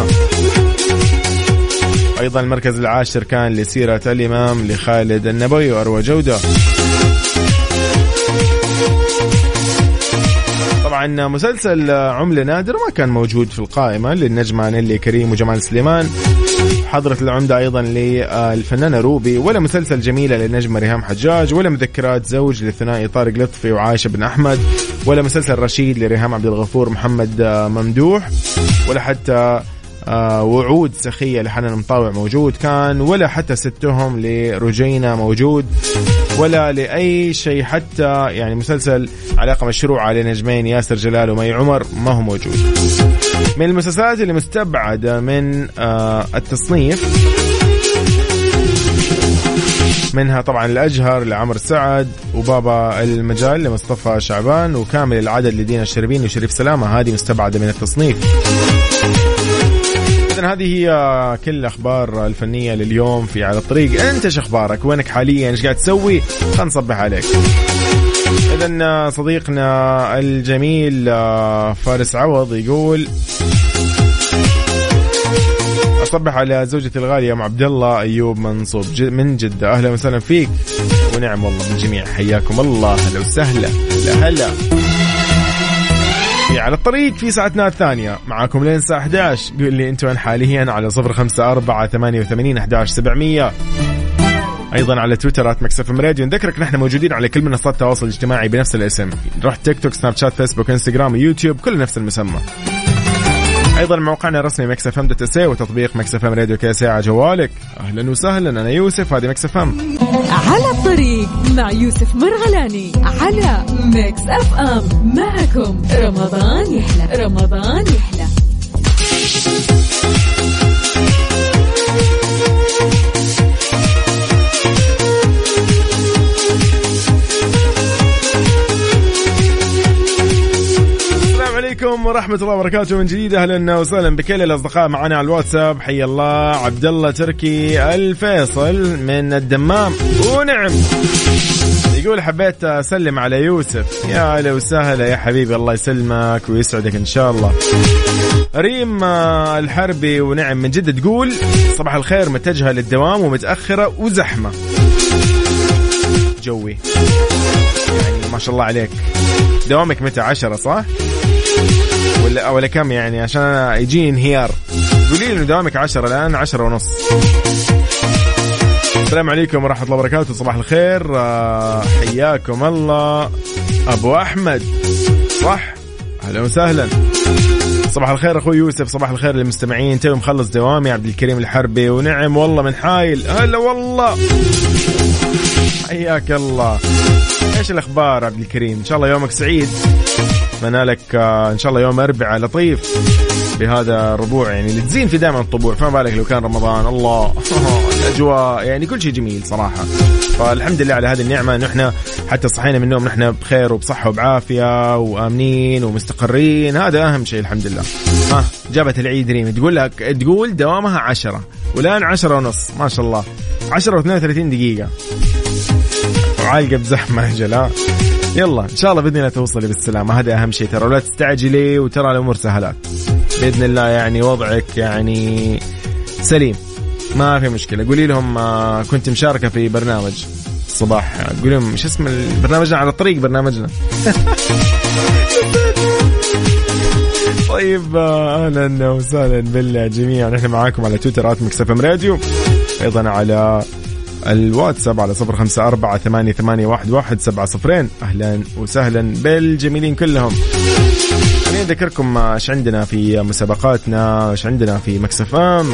S6: أيضا المركز العاشر كان لسيرة الإمام لخالد النبوي وأروى جودة. طبعا طبعا مسلسل عملة نادرة ما كان موجود في القائمة للنجمة نيلي كريم وجمال سليمان، حضرة العمدة أيضا للفنانة روبي، ولا مسلسل جميلة للنجمة ريهام حجاج، ولا مذكرات زوج للثنائي طارق لطفي وعائشة بن أحمد، ولا مسلسل رشيد لريهام عبد الغفور محمد ممدوح، ولا حتى وعود سخية لحنان مطاوع موجود كان، ولا حتى ستهم لرجينا موجود، ولا لأي شيء حتى يعني مسلسل علاقة مشروعة لنجمين ياسر جلال ومي عمر ما هو موجود. من المسلسلات اللي مستبعدة من آه التصنيف منها طبعا الأجهر لعمر سعد، وبابا المجال لمصطفى شعبان، وكامل العدد لدينا الشربين وشريف سلامة، هذه مستبعدة من التصنيف. إذن هذه هي كل الأخبار الفنية لليوم في على الطريق. أنت شو أخبارك؟ وينك حاليا؟ إيش قاعد تسوي؟ خلينا نصبح عليك. إذن صديقنا الجميل فارس عوض يقول أصبح على زوجتي الغالية أم عبد الله أيوب منصوب من جدة، أهلا وسهلا فيك ونعم والله بالجميع، حياكم الله، هلا وسهلا، هلا هلا. على الطريق في ساعتنا الثانية معاكم لين الساعة أحد عشر. قول لي أنتوا وين حاليا على صفر خمسة أربعة ثمانية وثمانين أحد عشر سبعمية. أيضا على تويترات مكسف ام راديو. نذكرك نحن موجودين على كل منصات التواصل الاجتماعي بنفس الاسم، روح تيك توك سناب شات فيسبوك انستغرام يوتيوب كل نفس المسمى. أيضا موقعنا الرسمي مكسف ام دوت اس اي وتطبيق مكسف ام راديو كاسي على جوالك. أهلا وسهلا، أنا يوسف، هذه مكسف ام
S5: على الطريق مع يوسف مرغلاني على ميكس اف ام. معكم رمضان يحلى، رمضان يحلى.
S6: عليكم ورحمة الله وبركاته من جديد. أهلا وسهلا بكل الأصدقاء معنا على الواتساب. حي الله عبد الله تركي الفيصل من الدمام، ونعم يقول حبيت أسلم على يوسف. يا أهلا وسهلا يا حبيبي، الله يسلمك ويسعدك إن شاء الله. ريم الحربي ونعم من جدة تقول صباح الخير، متجهة للدوام ومتأخرة وزحمة جوي، يعني ما شاء الله عليك. دوامك متى؟ عشرة صح؟ ولا ولا كم يعني عشان يجيني انهيار؟ قولي لي انه دوامك عشرة، الان عشرة ونص. السلام عليكم ورحمة الله وبركاته، صباح الخير، حياكم الله ابو احمد، صح؟ اهلا وسهلا، صباح الخير اخوي يوسف، صباح الخير للمستمعين. توي مخلص دوامي عبد الكريم الحربي، ونعم والله من حايل، هلا والله، حياك الله. ايش الاخبار عبد الكريم؟ ان شاء الله يومك سعيد، اتمنى لك ان شاء الله يوم اربعاء لطيف بهذا الربوع يعني اللي تزين في دائما الطبوع، فما بالك لو كان رمضان. الله الاجواء يعني كل شيء جميل صراحه، فالحمد لله على هذه النعمه انه احنا حتى صحينا من النوم نحن بخير وبصحه وبعافيه وامنين ومستقرين، هذا اهم شيء الحمد لله. ها جابت العيد ريم تقول لك تقول دوامها عشرة والان عشرة ونص، ما شاء الله، عشرة واثنين وثلاثين دقيقه وعالقه بزحمه جلا. يلا ان شاء الله باذن الله توصلي بالسلامه، هذا اهم شيء ترى، ولا تستعجلي وترى الامور سهلات باذن الله، يعني وضعك يعني سليم ما في مشكله. قولي لهم كنت مشاركه في برنامج الصباح، قولي لهم ايش اسم برنامجنا على الطريق، برنامجنا طيب اهلا وسهلا بالجميع. نحن معاكم على تويتر آت ميكس اف ام راديو، ايضا على الواتساب على صفر خمسة أربعة ثمانية ثمانية واحد واحد سبعة صفرين. أهلا وسهلا بالجميلين كلهم. خليني أذكركم إيش عندنا في مسابقاتنا، إيش عندنا في مكس اف ام.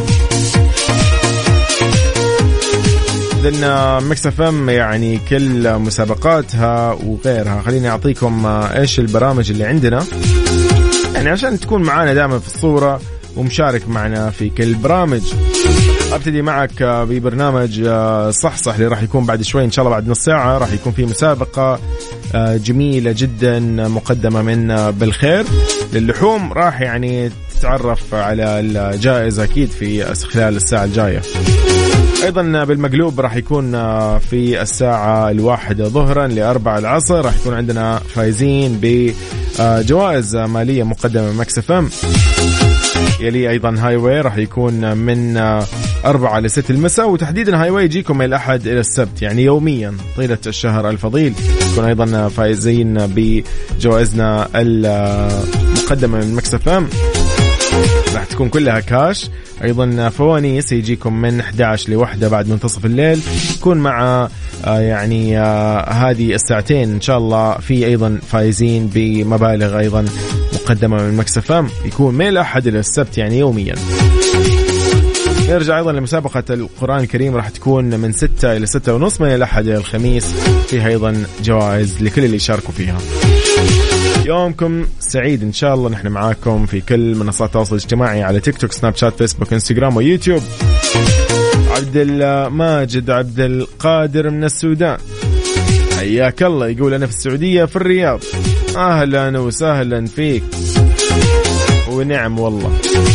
S6: إذن مكس اف ام يعني كل مسابقاتها وغيرها. خليني أعطيكم إيش البرامج اللي عندنا يعني عشان تكون معانا دائما في الصورة ومشارك معنا في كل برامج. أبتدي معك ببرنامج صح صح اللي راح يكون بعد شوي إن شاء الله، بعد نص ساعة راح يكون في مسابقة جميلة جدا مقدمة من بالخير للحوم، راح يعني تتعرف على الجائزة أكيد في خلال الساعة الجاية. أيضا بالمقلوب راح يكون في الساعة الواحدة ظهرا لأربع العصر راح يكون عندنا فايزين بجوائز مالية مقدمة من مكس اف ام. يلي أيضا هاي واي راح يكون من أربعة لست المساء، وتحديدا هاي واي يجيكم من الأحد إلى السبت يعني يوميا طيلة الشهر الفضيل. يكون أيضا فائزين بجوائزنا المقدمة من مكس اف ام، راح تكون كلها كاش. أيضا فوانيس يجيكم من إحدى عشر لوحدة بعد منتصف الليل، يكون مع آه يعني آه هذه الساعتين إن شاء الله في أيضا فائزين بمبالغ أيضا مقدمة من مكس اف ام، يكون من الأحد إلى السبت يعني يوميا. نرجع أيضا لمسابقة القرآن الكريم، راح تكون من ستة إلى ستة ونص من الأحد إلى الخميس، فيها أيضا جوائز لكل اللي يشاركوا فيها. يومكم سعيد إن شاء الله. نحن معاكم في كل منصات التواصل الاجتماعي على تيك توك، سناب شات، فيسبوك، انستغرام ويوتيوب. عبد الماجد عبد القادر من السودان، حياك الله، يقول أنا في السعودية في الرياض. أهلا وسهلا فيك، ونعم والله.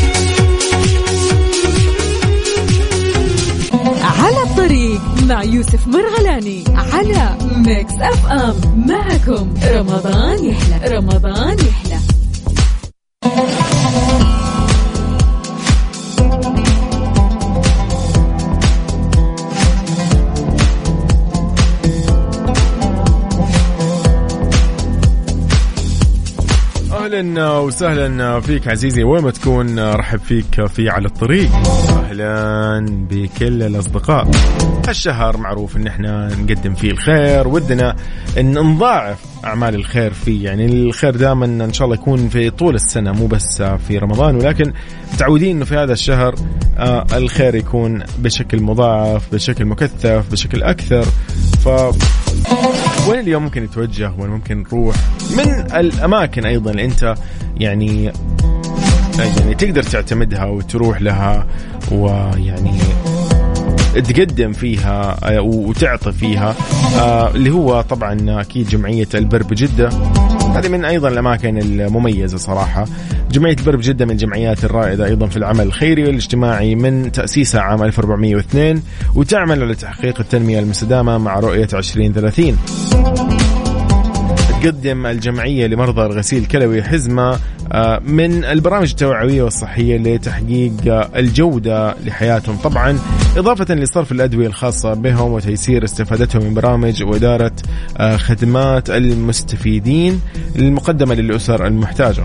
S5: على الطريق مع يوسف مرغلاني على ميكس اف ام. معكم رمضان يحلى، رمضان يحلى.
S6: أهلا وسهلا فيك عزيزي، وين ما تكون رحب فيك في على الطريق. أهلا بكل الأصدقاء. الشهر معروف إن إحنا نقدم فيه الخير، ودنا إن نضاعف أعمال الخير فيه، يعني الخير دائما إن شاء الله يكون في طول السنة مو بس في رمضان، ولكن متعودين إنه في هذا الشهر آه الخير يكون بشكل مضاعف، بشكل مكثف، بشكل أكثر. ف وين اليوم ممكن نتوجه، وين ممكن نروح من الأماكن أيضا اللي أنت يعني يعني تقدر تعتمدها وتروح لها، ويعني تقدم فيها وتعطي فيها، آه اللي هو طبعا أكيد جمعية البر بجدة. هذه من أيضا الأماكن المميزة صراحة. جمعية البر بجدة من الجمعيات الرائدة أيضا في العمل الخيري والاجتماعي من تأسيسها عام ألف وأربعمائة واثنين، وتعمل على تحقيق التنمية المستدامة مع رؤية عشرين ثلاثين. تقدم الجمعية لمرضى الغسيل الكلوي حزمة من البرامج التوعوية والصحية لتحقيق الجودة لحياتهم، طبعا إضافة لصرف الأدوية الخاصة بهم وتيسير استفادتهم من برامج وإدارة خدمات المستفيدين المقدمة للأسر المحتاجة.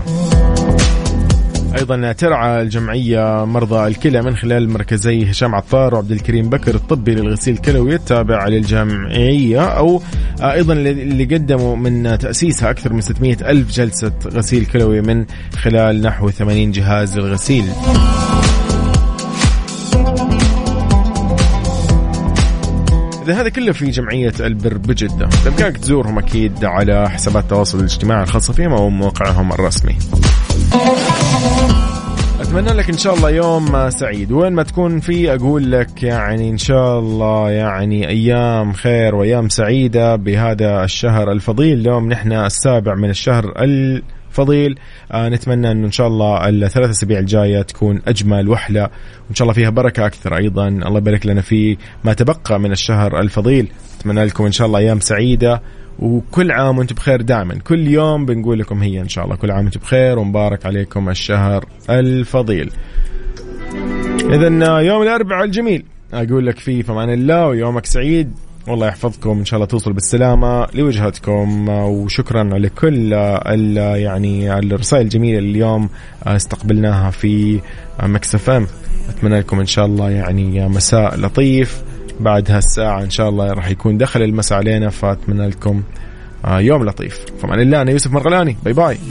S6: أيضا ترعى الجمعية مرضى الكلى من خلال مركزي هشام عطار وعبد الكريم بكر الطبي للغسيل الكلوي التابع للجمعية، أو أيضا اللي قدموا من تأسيسها أكثر من ستمائة ألف جلسة غسيل كلوي من خلال نحو ثمانين جهاز للغسيل. إذا هذا كله في جمعية البر بجدة، بإمكانك تزورهم أكيد على حسابات التواصل الاجتماعي الخاصة فيهم أو موقعهم الرسمي. أتمنى لك إن شاء الله يوم سعيد، وين ما تكون فيه أقول لك يعني إن شاء الله يعني أيام خير وأيام سعيدة بهذا الشهر الفضيل. اليوم نحن السابع من الشهر الفضيل، آه نتمنى أنه إن شاء الله الثلاث أسابيع الجاية تكون أجمل وأحلى، وإن شاء الله فيها بركة أكثر. أيضا الله يبارك لنا في ما تبقى من الشهر الفضيل. أتمنى لكم إن شاء الله أيام سعيدة، وكل عام وانتم بخير. دائما كل يوم بنقول لكم هي إن شاء الله كل عام وانتم بخير ومبارك عليكم الشهر الفضيل. إذن يوم الأربعاء الجميل أقول لك فيه فمان الله ويومك سعيد، والله يحفظكم إن شاء الله توصل بالسلامة لوجهتكم. وشكرا على كل يعني الرسائل الجميلة اللي اليوم استقبلناها في مكس اف ام. أتمنى لكم إن شاء الله يعني مساء لطيف. بعد هالساعة إن شاء الله راح يكون دخل المساء علينا، فأتمنى لكم يوم لطيف. فمن الله، أنا يوسف مرغلاني، باي باي.